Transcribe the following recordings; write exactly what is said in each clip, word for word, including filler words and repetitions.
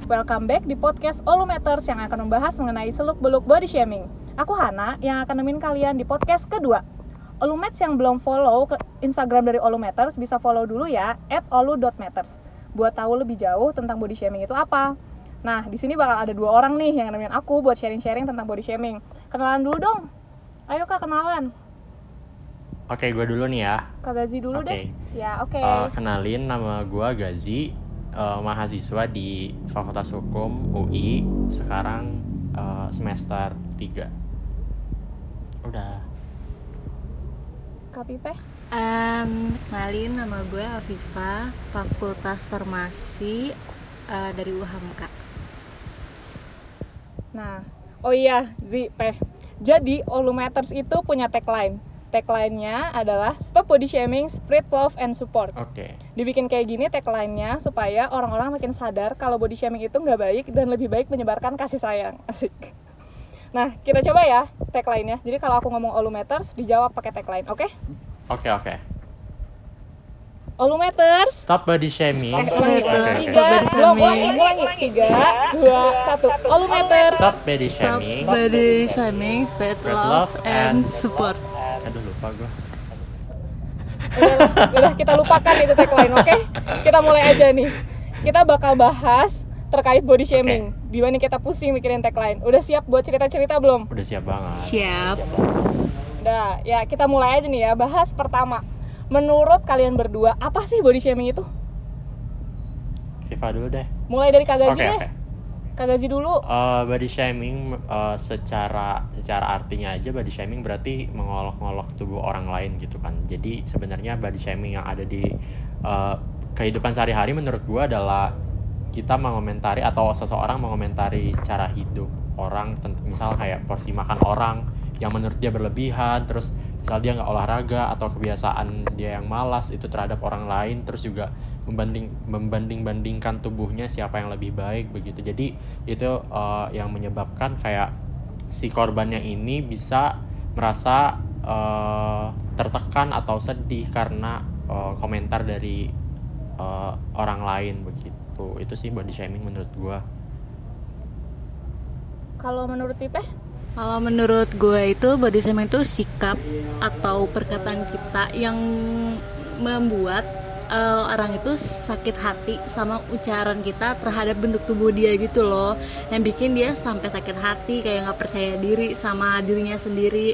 welcome back di podcast Olumeters yang akan membahas mengenai seluk-beluk body shaming. Aku Hana yang akan nemenin kalian di podcast kedua. Olumets yang belum follow ke Instagram dari Olumeters bisa follow dulu ya at olu dot matters buat tahu lebih jauh tentang body shaming itu apa. Nah, di sini bakal ada dua orang nih yang nemenin aku buat sharing-sharing tentang body shaming. Kenalan dulu dong. Ayo Kak, kenalan. Oke, gue dulu nih ya. Kak Gazi dulu Oke. deh. Ya, oke. Uh, kenalin, nama gue Gazi, uh, mahasiswa di Fakultas Hukum U I, sekarang uh, semester tiga. Udah. Kak Pipe? Um, kenalin, nama gue Afifah, Fakultas Farmasi uh, dari U H A M K. Nah, oh iya, Zi, Peh. Jadi, Olumeters itu punya tagline. Tagline-nya adalah Stop Body Shaming, Spread Love and Support. Oke. Okay. Dibikin kayak gini tagline-nya supaya orang-orang makin sadar kalau body shaming itu nggak baik dan lebih baik menyebarkan kasih sayang. Asik. Nah, kita coba ya tagline-nya. Jadi kalau aku ngomong Olumeters, dijawab pakai tagline, oke? Okay? Oke, okay, oke. Okay. Olumeters. Stop body shaming. Eh, ulangi, okay, okay. tiga, belum, ulangi, ulangi, tiga, dua, satu. Olumeters. Stop body Stop shaming. body shaming, spread Spread love love and and- support. Aduh, lupa gue. Udah, udah kita lupakan itu tagline, oke? Okay? Kita mulai aja nih. Kita bakal bahas terkait body shaming. Okay. Dibanding kita pusing mikirin tagline. Udah siap buat cerita-cerita belum? Udah siap banget. Siap. Udah, ya kita mulai aja nih ya. Bahas pertama. Menurut kalian berdua, apa sih body shaming itu? Viva dulu deh. Mulai dari Kak Gazi Oke, deh. oke. Kak Gazi dulu. Uh, body shaming uh, secara secara artinya aja body shaming berarti mengolok-olok tubuh orang lain gitu kan. Jadi sebenarnya body shaming yang ada di uh, kehidupan sehari-hari menurut gue adalah kita mengomentari atau seseorang mengomentari cara hidup orang, misal kayak porsi makan orang yang menurut dia berlebihan, terus misal dia nggak olahraga atau kebiasaan dia yang malas itu terhadap orang lain, terus juga membanding membanding-bandingkan tubuhnya siapa yang lebih baik begitu. Jadi itu uh, yang menyebabkan kayak si korbannya ini bisa merasa uh, tertekan atau sedih karena uh, komentar dari uh, orang lain begitu. Itu sih body shaming menurut gua. Kalau menurut Pipe? Kalau menurut gue itu body shaming itu sikap atau perkataan kita yang membuat uh, orang itu sakit hati sama ucapan kita terhadap bentuk tubuh dia gitu loh, yang bikin dia sampai sakit hati, kayak nggak percaya diri sama dirinya sendiri.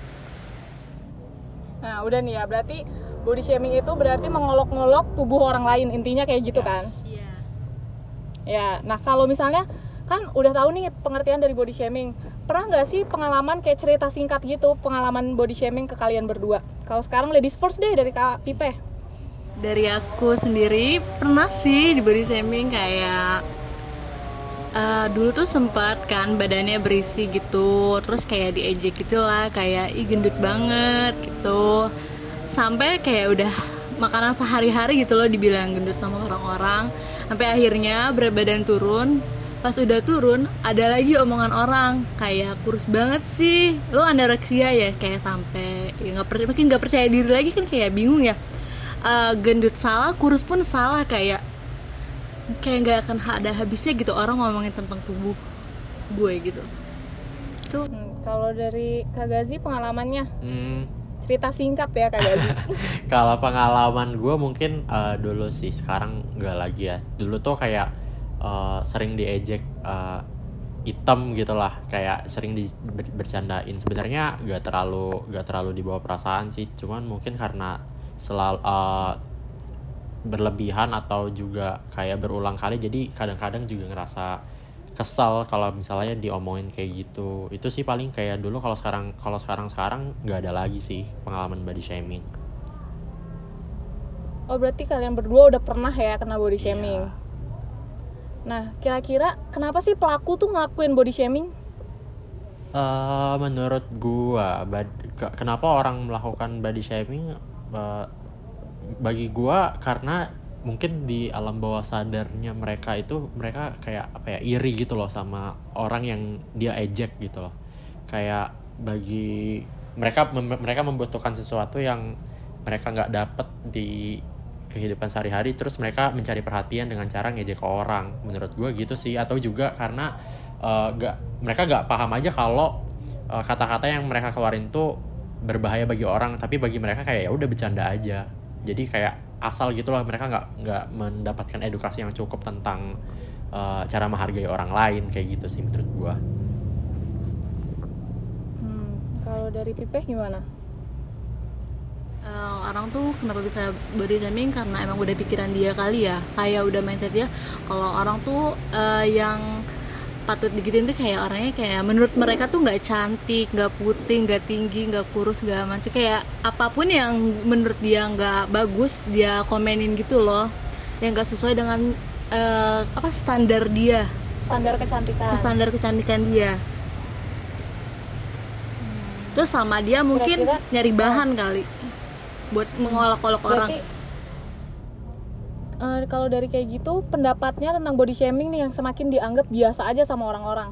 Nah, udah nih ya, berarti body shaming itu berarti mengolok-ngolok tubuh orang lain, intinya kayak gitu kan? Iya. Ya, nah kalau misalnya kan udah tahu nih pengertian dari body shaming. Pernah nggak sih pengalaman kayak cerita singkat gitu, pengalaman body shaming ke kalian berdua? Kalau sekarang ladies first deh dari Kak Pipe. Dari aku sendiri pernah sih di body shaming, kayak uh, dulu tuh sempat kan badannya berisi gitu, terus kayak diejek gitulah, kayak ih gendut banget gitu, sampai kayak udah makanan sehari-hari gitu loh dibilang gendut sama orang-orang, sampai akhirnya berat badan turun. Pas udah turun ada lagi omongan orang kayak kurus banget sih, lo anoreksia ya, kayak sampai ya nggak percaya, makin nggak percaya diri lagi kan, kayak bingung ya. Uh, gendut salah, kurus pun salah, kayak kayak nggak akan ada habisnya gitu orang ngomongin tentang tubuh gue gitu. Tuh. Hmm, kalau dari Kak Gazi pengalamannya, Hmm. cerita singkat ya Kak Gazi. Kalau pengalaman gue mungkin uh, dulu sih, sekarang nggak lagi ya. Dulu tuh kayak uh, sering diejek uh, hitam gitulah, kayak sering di ber- bercandain. Sebenarnya nggak terlalu nggak terlalu dibawa perasaan sih, cuman mungkin karena selalu uh, berlebihan atau juga kayak berulang kali, jadi kadang-kadang juga ngerasa kesal kalau misalnya diomongin kayak gitu. Itu sih paling kayak dulu. Kalau sekarang kalau sekarang sekarang nggak ada lagi sih pengalaman body shaming. Oh, berarti kalian berdua udah pernah ya kena body shaming. Iya. Nah, kira-kira kenapa sih pelaku tuh ngelakuin body shaming? Uh, menurut gua, bad- ke- kenapa orang melakukan body shaming? Uh, bagi gua karena mungkin di alam bawah sadarnya mereka itu, mereka kayak apa ya, iri gitu loh sama orang yang dia ejek gitu loh. Kayak bagi mereka mem- mereka membutuhkan sesuatu yang mereka nggak dapet di kehidupan sehari-hari terus mereka mencari perhatian dengan cara ngejek orang. Menurut gue gitu sih. Atau juga karena uh, gak, mereka gak paham aja kalau uh, kata-kata yang mereka keluarin tuh berbahaya bagi orang, tapi bagi mereka kayak ya udah bercanda aja. Jadi kayak asal gitulah, mereka nggak nggak mendapatkan edukasi yang cukup tentang uh, cara menghargai orang lain kayak gitu sih menurut gue. Hmm, kalau dari Pipeh gimana? Uh, orang tuh kenapa bisa body shaming karena emang udah pikiran dia kali ya, kayak udah mindset dia kalau orang tuh uh, yang patut digituin tuh kayak orangnya kayak menurut mereka tuh nggak cantik, nggak putih, nggak tinggi, nggak kurus, nggak macam kayak apapun yang menurut dia nggak bagus dia komenin gitu loh, yang nggak sesuai dengan uh, apa standar dia, Standar kecantikan. standar kecantikan dia. Terus sama dia mungkin Kira-kira- nyari bahan kali buat mengolok-olok orang. Berarti eh, kalau dari kayak gitu pendapatnya tentang body shaming nih yang semakin dianggap biasa aja sama orang-orang.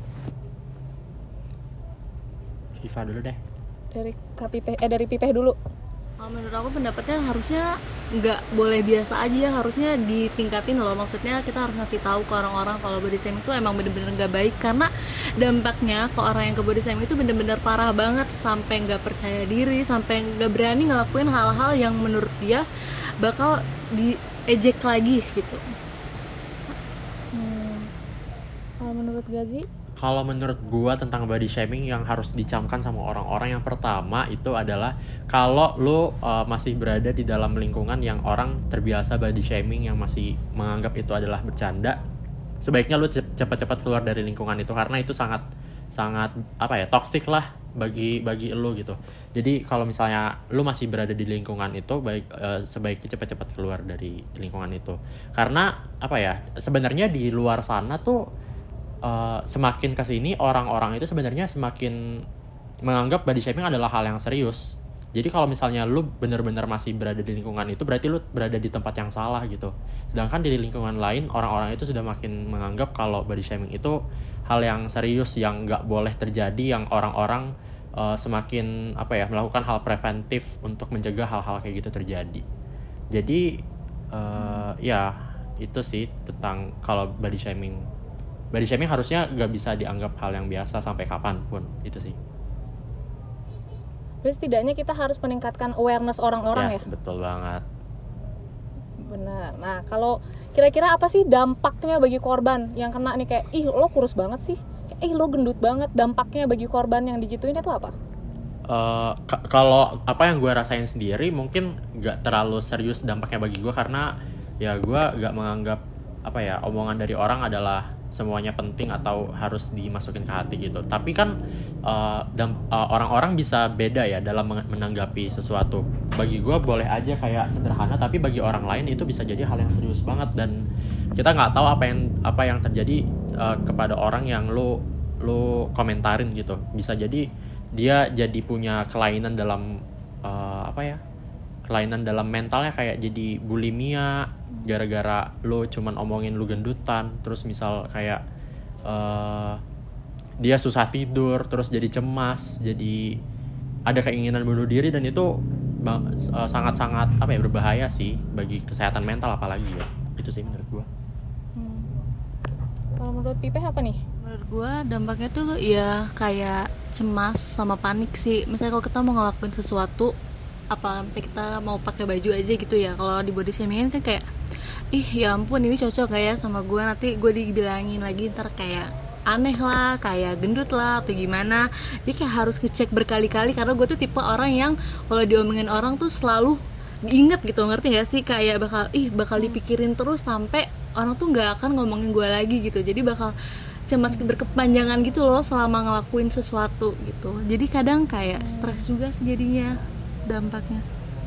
Hifa dulu deh. Dari Kak Pipeh, eh dari Pipeh dulu. Kalau menurut aku pendapatnya harusnya nggak boleh biasa aja, harusnya ditingkatin loh. Maksudnya kita harus ngasih tahu ke orang-orang kalau body shaming itu emang bener-bener nggak baik, karena dampaknya ke orang yang ke body shaming itu bener-bener parah banget, sampai nggak percaya diri, sampai nggak berani ngelakuin hal-hal yang menurut dia bakal diejek lagi gitu. Hmm. Kalau menurut Gazi, Kalau menurut gua tentang body shaming yang harus dicamkan sama orang-orang, yang pertama itu adalah kalau lu uh, masih berada di dalam lingkungan yang orang terbiasa body shaming, yang masih menganggap itu adalah bercanda, sebaiknya lu cepat-cepat keluar dari lingkungan itu, karena itu sangat sangat apa ya, toksik lah bagi bagi lu gitu. Jadi kalau misalnya lu masih berada di lingkungan itu, baik uh, sebaiknya cepat-cepat keluar dari lingkungan itu. Karena apa ya, sebenarnya di luar sana tuh Uh, semakin kesini orang-orang itu sebenarnya semakin menganggap body shaming adalah hal yang serius. Jadi kalau misalnya lu benar-benar masih berada di lingkungan itu, berarti lu berada di tempat yang salah gitu. Sedangkan di lingkungan lain orang-orang itu sudah makin menganggap kalau body shaming itu hal yang serius, yang nggak boleh terjadi, yang orang-orang uh, semakin apa ya, melakukan hal preventif untuk mencegah hal-hal kayak gitu terjadi. Jadi uh, ya itu sih tentang kalau body shaming. Body shaming harusnya nggak bisa dianggap hal yang biasa sampai kapanpun, itu sih. Jadi setidaknya kita harus meningkatkan awareness orang-orang Yes, ya. betul banget. Benar. Nah, kalau kira-kira apa sih dampaknya bagi korban yang kena nih, kayak ih lo kurus banget sih, kayak, ih lo gendut banget, dampaknya bagi korban yang digituin itu apa? Uh, k- kalau apa yang gue rasain sendiri mungkin nggak terlalu serius dampaknya bagi gue, karena ya gue nggak menganggap apa ya, omongan dari orang adalah semuanya penting atau harus dimasukin ke hati gitu. Tapi kan uh, damp- uh, orang-orang bisa beda ya dalam menanggapi sesuatu. Bagi gue boleh aja kayak sederhana, tapi bagi orang lain itu bisa jadi hal yang serius banget, dan kita nggak tahu apa yang apa yang terjadi uh, kepada orang yang lu lu komentarin gitu. Bisa jadi dia jadi punya kelainan dalam uh, apa ya, kelainan dalam mentalnya, kayak jadi bulimia gara-gara lo cuman omongin lu gendutan. Terus misal kayak uh, dia susah tidur, terus jadi cemas, jadi ada keinginan bunuh diri, dan itu bang, uh, sangat-sangat apa ya, berbahaya sih bagi kesehatan mental apalagi ya. Itu sih menurut gua. Hmm. Kalau menurut Pipeh apa nih? Menurut gue dampaknya tuh ya kayak cemas sama panik sih. Misalnya kalau kita mau ngelakuin sesuatu, apa misalnya kita mau pakai baju aja gitu ya, kalau di body shaming kan kayak ih ya ampun ini cocok gak ya sama gue, nanti gue dibilangin lagi ntar kayak aneh lah, kayak gendut lah atau gimana. Jadi kayak harus ngecek berkali-kali, karena gue tuh tipe orang yang kalau diomongin orang tuh selalu diinget gitu, ngerti gak sih, kayak bakal ih bakal dipikirin terus sampai orang tuh nggak akan ngomongin gue lagi gitu. Jadi bakal cemas berkepanjangan gitu loh selama ngelakuin sesuatu gitu. Jadi kadang kayak stres juga sih jadinya dampaknya.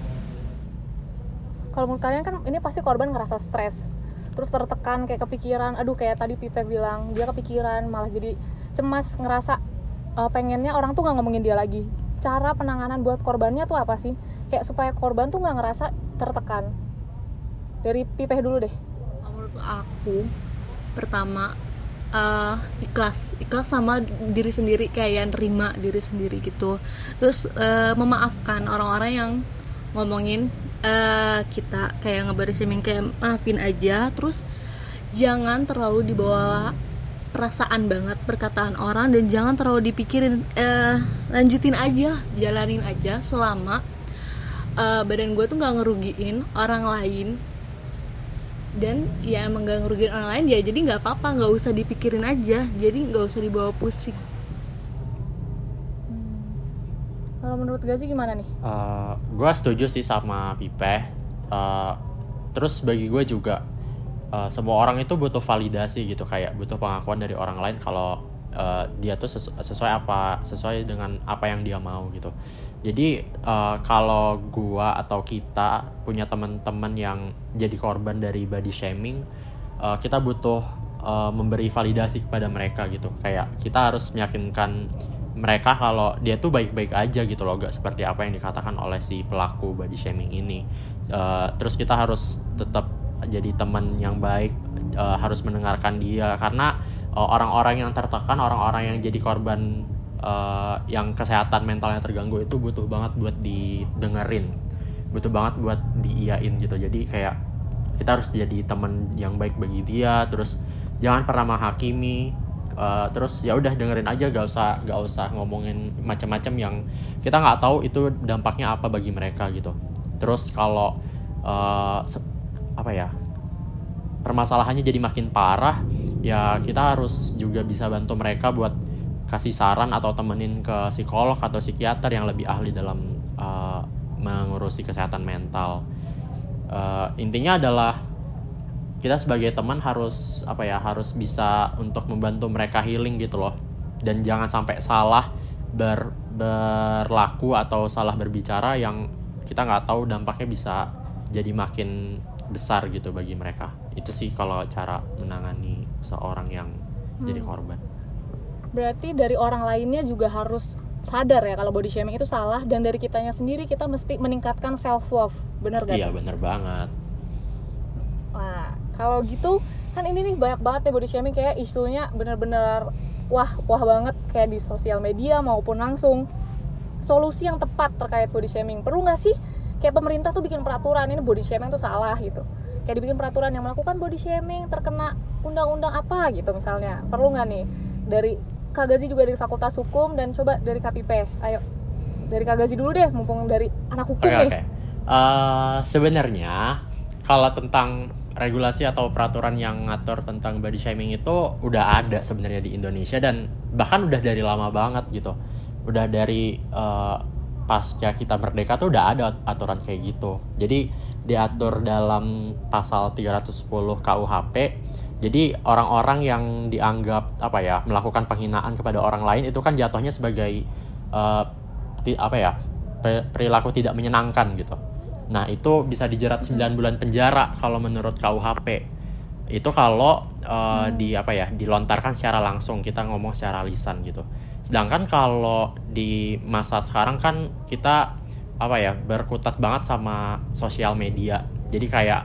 Kalau menurut kalian kan ini pasti korban ngerasa stres, terus tertekan, kayak kepikiran, aduh kayak tadi Pipeh bilang, dia kepikiran, malah jadi cemas, ngerasa uh, pengennya orang tuh nggak ngomongin dia lagi. Cara penanganan buat korbannya tuh apa sih? Kayak supaya korban tuh nggak ngerasa tertekan. Dari Pipeh dulu deh. Menurut aku, pertama uh, ikhlas, ikhlas sama diri sendiri, kayak nerima diri sendiri gitu. Terus uh, memaafkan orang-orang yang ngomongin uh, kita kayak nge-body shaming kayak maafin aja, terus jangan terlalu dibawa perasaan banget perkataan orang dan jangan terlalu dipikirin, uh, lanjutin aja, jalanin aja selama uh, badan gue tuh nggak ngerugiin orang lain. Dan ya emang gak ngerugiin orang lain ya, jadi nggak apa-apa, nggak usah dipikirin aja, jadi nggak usah dibawa pusing. Kalau menurut Gazi gimana nih? Uh, gue setuju sih sama Pipe. Uh, terus bagi gue juga uh, semua orang itu butuh validasi gitu, kayak butuh pengakuan dari orang lain kalau uh, dia tuh sesu- sesuai apa sesuai dengan apa yang dia mau gitu. Jadi uh, kalau gue atau kita punya teman-teman yang jadi korban dari body shaming, uh, kita butuh uh, memberi validasi kepada mereka gitu. Kayak kita harus meyakinkan mereka kalau dia tuh baik-baik aja gitu loh, gak seperti apa yang dikatakan oleh si pelaku body shaming ini. Uh, terus kita harus tetap jadi teman yang baik, uh, harus mendengarkan dia, karena uh, orang-orang yang tertekan, orang-orang yang jadi korban uh, yang kesehatan mentalnya terganggu itu butuh banget buat didengerin, butuh banget buat diiyain gitu. Jadi kayak kita harus jadi teman yang baik bagi dia, terus jangan pernah menghakimi. Uh, terus ya udah dengerin aja, gak usah gak usah ngomongin macam-macam yang kita nggak tahu itu dampaknya apa bagi mereka gitu. Terus kalau uh, se- apa ya permasalahannya jadi makin parah, ya kita harus juga bisa bantu mereka buat kasih saran atau temenin ke psikolog atau psikiater yang lebih ahli dalam uh, mengurusi kesehatan mental. Uh, intinya adalah kita sebagai teman harus apa ya harus bisa untuk membantu mereka healing gitu loh, dan jangan sampai salah ber, berlaku atau salah berbicara yang kita nggak tahu dampaknya bisa jadi makin besar gitu bagi mereka. Itu sih kalau cara menangani seorang yang hmm. jadi korban. Berarti dari orang lainnya juga harus sadar ya kalau body shaming itu salah, dan dari kitanya sendiri kita mesti meningkatkan self love, benar gak? Iya benar banget. Nah, kalau gitu kan ini nih banyak banget ya body shaming, kayak isunya bener-bener wah wah banget kayak di sosial media maupun langsung. Solusi yang tepat terkait body shaming perlu nggak sih? Kayak pemerintah tuh bikin peraturan ini body shaming tuh salah gitu. Kayak dibikin peraturan yang melakukan body shaming terkena undang-undang apa gitu misalnya. Perlu nggak nih dari Kak Gazi juga dari Fakultas Hukum, dan coba dari K P P. Ayo dari Kak Gazi dulu deh, mumpung dari anak hukum okay, nih. Okay. Uh, sebenarnya kalau tentang regulasi atau peraturan yang ngatur tentang body shaming itu udah ada sebenarnya di Indonesia, dan bahkan udah dari lama banget gitu. Udah dari uh, pasca kita merdeka tuh udah ada aturan kayak gitu. Jadi diatur dalam pasal tiga ratus sepuluh K U H P. Jadi orang-orang yang dianggap apa ya melakukan penghinaan kepada orang lain itu kan jatuhnya sebagai uh, ti, apa ya perilaku tidak menyenangkan gitu. Nah itu bisa dijerat sembilan bulan penjara kalau menurut K U H P. Itu kalau uh, hmm. di apa ya dilontarkan secara langsung, kita ngomong secara lisan gitu. Sedangkan kalau di masa sekarang kan kita apa ya berkutat banget sama sosial media. Jadi kayak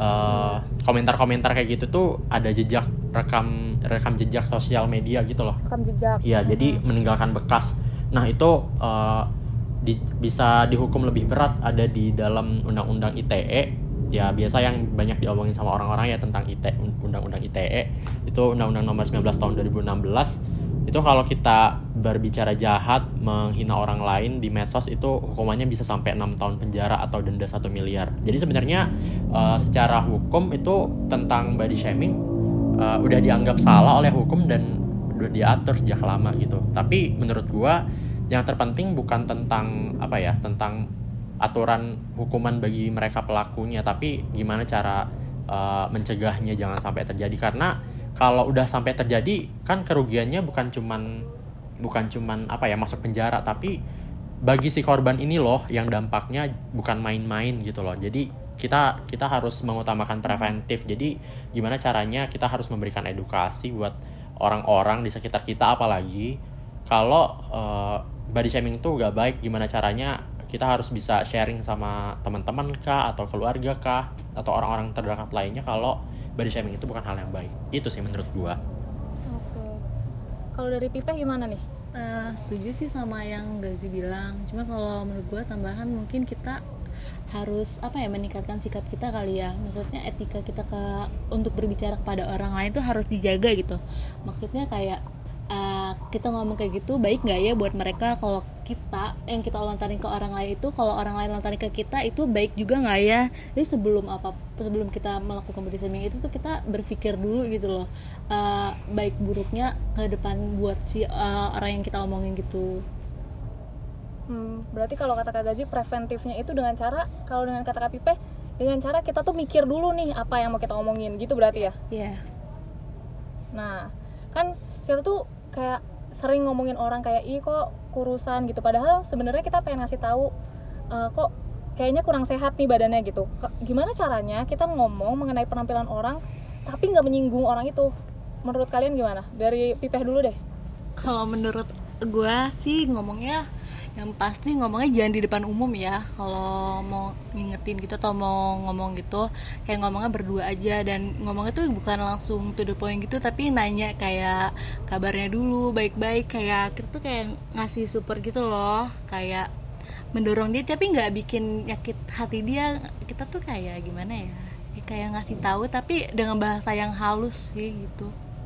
uh, komentar-komentar kayak gitu tuh ada jejak rekam rekam jejak sosial media gitu loh. Rekam jejak. Iya, hmm. jadi meninggalkan bekas. Nah itu uh, Di, bisa dihukum lebih berat, ada di dalam undang-undang I T E. Ya biasa yang banyak diomongin sama orang-orang ya tentang I T E, undang-undang I T E itu undang-undang nomor sembilan belas tahun dua ribu enam belas. Itu kalau kita berbicara jahat, menghina orang lain di medsos, itu hukumannya bisa sampai enam tahun penjara atau denda satu miliar. Jadi sebenarnya uh, secara hukum itu tentang body shaming uh, udah dianggap salah oleh hukum dan udah diatur sejak lama gitu. Tapi menurut gua yang terpenting bukan tentang apa ya tentang aturan hukuman bagi mereka pelakunya, tapi gimana cara uh, mencegahnya jangan sampai terjadi. Karena kalau udah sampai terjadi kan kerugiannya bukan cuman bukan cuman apa ya masuk penjara, tapi bagi si korban ini loh yang dampaknya bukan main-main gitu loh. Jadi kita kita harus mengutamakan preventif. Jadi gimana caranya kita harus memberikan edukasi buat orang-orang di sekitar kita, apalagi kalau uh, body shaming itu gak baik, gimana caranya kita harus bisa sharing sama teman-teman kah, atau keluarga kah, atau orang-orang terdekat lainnya kalau body shaming itu bukan hal yang baik. Itu sih menurut gua. Oke. Kalau dari Pipeh gimana nih? Uh, setuju sih sama yang Gazi bilang. Cuma kalau menurut gua tambahan mungkin kita harus apa ya, meningkatkan sikap kita kali ya, maksudnya etika kita ke untuk berbicara kepada orang lain tuh harus dijaga gitu. Maksudnya kayak uh, kita ngomong kayak gitu baik nggak ya buat mereka, kalau kita yang kita lontarin ke orang lain itu, kalau orang lain lontarin ke kita itu baik juga nggak ya. Jadi sebelum apa sebelum kita melakukan body shaming itu tuh kita berpikir dulu gitu loh, uh, baik buruknya ke depan buat si uh, orang yang kita omongin gitu. Hmm, berarti kalau kata Kak Gazi preventifnya itu dengan cara, kalau dengan kata Kak Pipe dengan cara kita tuh mikir dulu nih apa yang mau kita omongin gitu berarti ya. Iya. Yeah. Nah, kan kita tuh kayak sering ngomongin orang kayak ih kok kurusan gitu, padahal sebenarnya kita pengen ngasih tahu uh, kok kayaknya kurang sehat nih badannya gitu. K- gimana caranya kita ngomong mengenai penampilan orang tapi nggak menyinggung orang itu? Menurut kalian gimana? Dari Pipeh dulu deh. Kalau menurut gue sih ngomongnya yang pasti ngomongnya jangan di depan umum ya. Kalau mau ngingetin gitu atau mau ngomong gitu, kayak ngomongnya berdua aja, dan ngomongnya tuh bukan langsung to the point gitu, tapi nanya kayak kabarnya dulu baik-baik, kayak kita tuh kayak ngasih support gitu loh, kayak mendorong dia tapi nggak bikin nyakit hati dia. Kita tuh kayak gimana ya, kayak ngasih tahu tapi dengan bahasa yang halus sih gitu.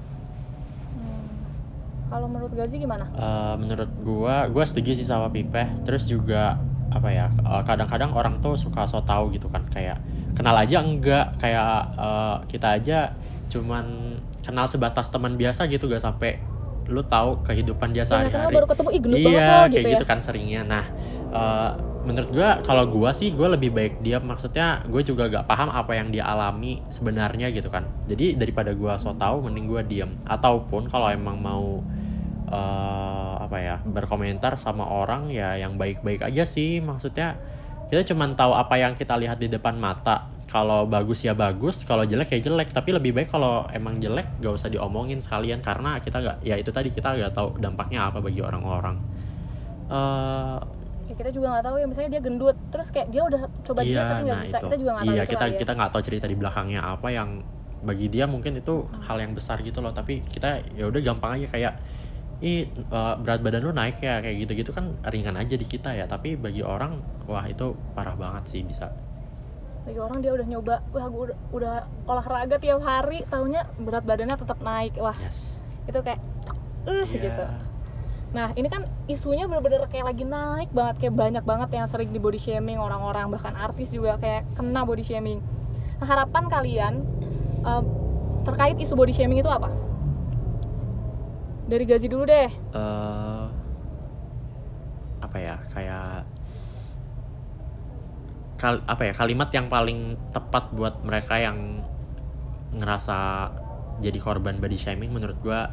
Kalau menurut Gazi gimana? Uh, menurut gua, gua setuju sih sama Pipeh. Terus juga apa ya? Uh, kadang-kadang orang tuh suka so tau gitu kan, kayak kenal aja enggak, kayak uh, kita aja cuman kenal sebatas teman biasa gitu, gak sampai lu tahu kehidupan dia sehari-hari. Baru ketemu, ih gendut iya, banget loh gitu kayak ya. gitu kan seringnya. Nah, uh, menurut gua kalau gua sih gua lebih baik diam, maksudnya gue juga gak paham apa yang dia alami sebenarnya gitu kan. Jadi daripada gua so tau, mending gua diam. Ataupun kalau emang mau Uh, apa ya berkomentar sama orang ya yang baik-baik aja sih, maksudnya kita cuma tahu apa yang kita lihat di depan mata. Kalau bagus ya bagus, kalau jelek ya jelek, tapi lebih baik kalau emang jelek gak usah diomongin sekalian, karena kita gak, ya itu tadi, kita gak tahu dampaknya apa bagi orang-orang. uh, Ya kita juga nggak tahu ya, misalnya dia gendut terus kayak dia udah coba iya, diet tapi nggak nah bisa, itu. kita juga nggak tahu iya, itu kita kali ya. kita nggak tahu cerita di belakangnya apa yang bagi dia mungkin itu hmm. hal yang besar gitu loh, tapi kita ya udah gampang aja kayak ih uh, berat badan lu naik ya, kayak gitu-gitu kan ringan aja di kita ya, tapi bagi orang wah itu parah banget sih. Bisa bagi orang dia udah nyoba, wah gue udah, udah olahraga tiap hari, taunya berat badannya tetap naik, wah yes. Itu kayak uh, yeah. gitu. Nah ini kan isunya bener-bener kayak lagi naik banget, kayak banyak banget yang sering di body shaming orang-orang, bahkan artis juga kayak kena body shaming. Nah, harapan kalian uh, terkait isu body shaming itu apa? Dari Gazi dulu deh. Uh, apa ya kayak kal apa ya kalimat yang paling tepat buat mereka yang ngerasa jadi korban body shaming menurut gua,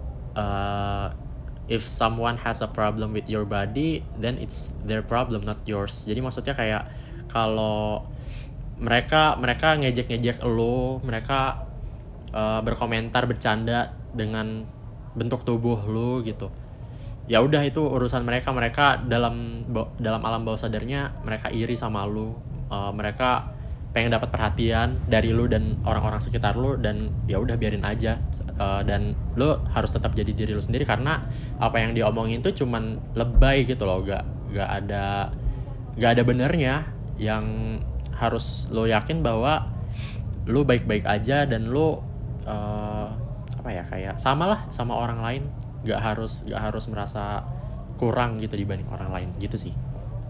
uh, if someone has a problem with your body then it's their problem not yours. Jadi maksudnya kayak kalau mereka mereka ngejek-ngejek lo, mereka uh, berkomentar bercanda dengan bentuk tubuh lu gitu, ya udah itu urusan mereka. Mereka dalam dalam alam bawah sadarnya mereka iri sama lu, uh, mereka pengen dapat perhatian dari lu dan orang-orang sekitar lu, dan ya udah biarin aja. Uh, dan lu harus tetap jadi diri lu sendiri, karena apa yang diomongin tuh cuman lebay gitu loh, gak gak ada gak ada benernya. Yang harus lu yakin bahwa lu baik-baik aja dan lu uh, apa ya kayak samalah sama orang lain, nggak harus nggak harus merasa kurang gitu dibanding orang lain gitu sih.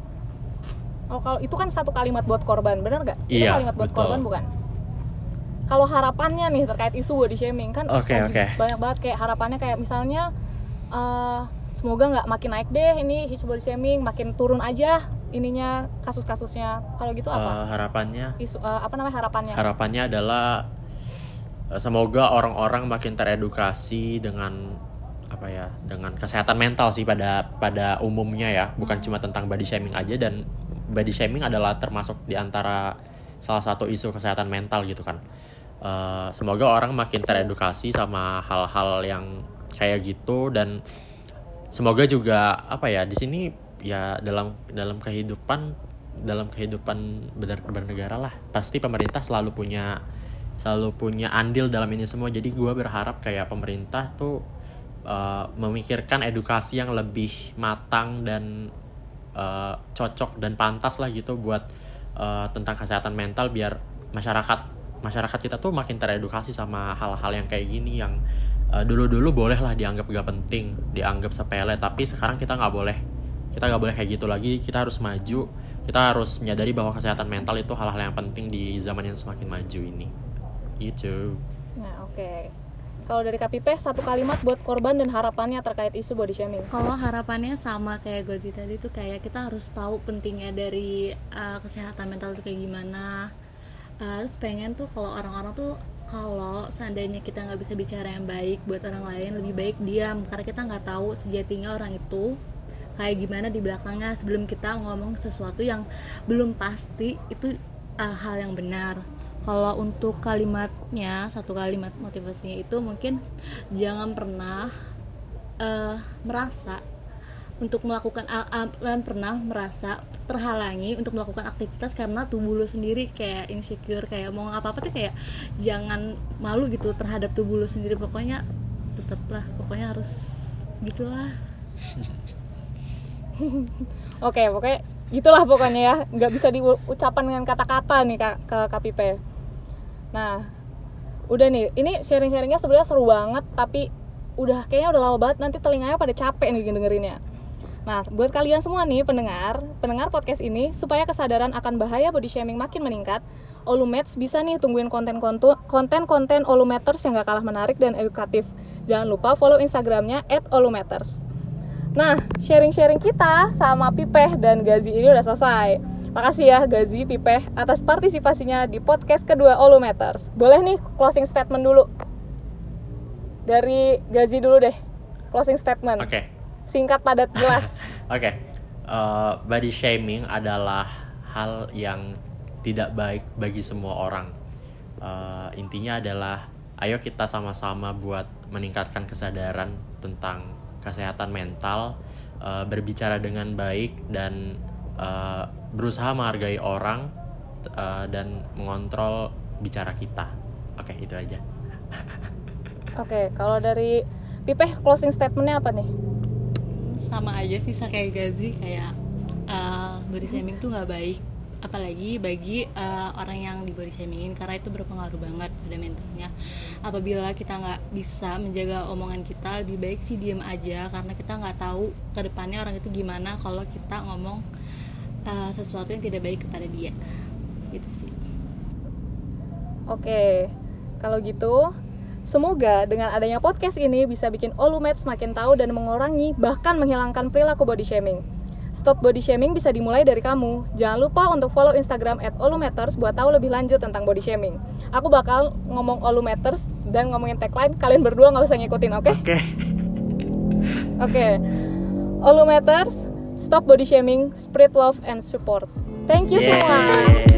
Oh kalau itu kan satu kalimat buat korban, benar nggak? Itu iya, kalimat buat betul. korban bukan? Kalau harapannya nih terkait isu body shaming kan okay, lagi okay. banyak banget kayak harapannya, kayak misalnya uh, semoga nggak makin naik deh ini isu body shaming, makin turun aja ininya kasus-kasusnya. Kalau gitu apa? Uh, harapannya isu uh, apa namanya harapannya? Harapannya adalah semoga orang-orang makin teredukasi dengan apa ya dengan kesehatan mental sih pada pada umumnya ya, bukan cuma tentang body shaming aja. Dan body shaming adalah termasuk di antara salah satu isu kesehatan mental gitu kan. Uh, semoga orang makin teredukasi sama hal-hal yang kayak gitu, dan semoga juga apa ya di sini ya dalam dalam kehidupan dalam kehidupan ber, bernegara lah, pasti pemerintah selalu punya selalu punya andil dalam ini semua. Jadi gue berharap kayak pemerintah tuh uh, memikirkan edukasi yang lebih matang dan uh, cocok dan pantas lah gitu buat uh, tentang kesehatan mental biar masyarakat masyarakat kita tuh makin teredukasi sama hal-hal yang kayak gini yang uh, dulu-dulu boleh lah dianggap gak penting, dianggap sepele, tapi sekarang kita nggak boleh kita nggak boleh kayak gitu lagi. Kita harus maju, kita harus menyadari bahwa kesehatan mental itu hal-hal yang penting di zaman yang semakin maju ini gitu. Nah, oke. Okay. Kalau dari K P P, satu kalimat buat korban dan harapannya terkait isu body shaming. Kalau harapannya sama kayak Gozi tadi tuh, kayak kita harus tahu pentingnya dari uh, kesehatan mental itu kayak gimana. Uh, harus pengen tuh kalau orang-orang tuh, kalau seandainya kita nggak bisa bicara yang baik buat orang lain, lebih baik diam, karena kita nggak tahu sejatinya orang itu kayak gimana di belakangnya. Sebelum kita ngomong sesuatu yang belum pasti itu uh, hal yang benar. Kalau untuk kalimatnya, satu kalimat motivasinya itu mungkin jangan pernah uh, merasa untuk melakukan uh, uh, pernah merasa terhalangi untuk melakukan aktivitas karena tubuh lu sendiri kayak insecure, kayak mau apa-apa tuh kayak jangan malu gitu terhadap tubuh lu sendiri. Pokoknya tetaplah, pokoknya harus gitulah. Oke, pokoknya gitulah pokoknya ya, nggak bisa diucapkan dengan kata-kata nih Kak, ke K P P. Nah, udah nih, ini sharing-sharingnya sebenarnya seru banget, tapi udah kayaknya udah lama banget, nanti telinganya pada capek nih dengerinnya. Nah, buat kalian semua nih pendengar, pendengar podcast ini, supaya kesadaran akan bahaya body shaming makin meningkat, Olumates bisa nih tungguin konten-konten Olumaters yang gak kalah menarik dan edukatif. Jangan lupa follow Instagramnya at olumaters. Nah, sharing-sharing kita sama Pipeh dan Gazi ini udah selesai. Makasih ya Gazi, Pipeh atas partisipasinya di podcast kedua Olumaters. Boleh nih closing statement dulu. Dari Gazi dulu deh. Closing statement. Oke. Okay. Singkat, padat, jelas. Oke. Okay. Uh, body shaming adalah hal yang tidak baik bagi semua orang. Uh, intinya adalah ayo kita sama-sama buat meningkatkan kesadaran tentang kesehatan mental, uh, berbicara dengan baik dan uh, berusaha menghargai orang uh, dan mengontrol bicara kita. Oke, itu aja. Oke, kalau dari Pipeh closing statementnya apa nih? Sama aja sih kayak Gazi, kayak uh, body shaming tuh nggak baik, apalagi bagi uh, orang yang di body shamingin, karena itu berpengaruh banget pada mentalnya. Apabila kita nggak bisa menjaga omongan kita, lebih baik sih diem aja, karena kita nggak tahu ke depannya orang itu gimana kalau kita ngomong uh, sesuatu yang tidak baik kepada dia. Gitu sih. Oke, kalau gitu semoga dengan adanya podcast ini bisa bikin Olumates makin tahu dan mengurangi bahkan menghilangkan perilaku body shaming. Stop body shaming bisa dimulai dari kamu. Jangan lupa untuk follow Instagram at olumaters buat tahu lebih lanjut tentang body shaming. Aku bakal ngomong Olumaters dan ngomongin tagline, kalian berdua nggak usah ngikutin, oke? Okay? Oke. Okay. Oke. Okay. Olumaters, stop body shaming, spread love and support. Thank you Yeay. semua.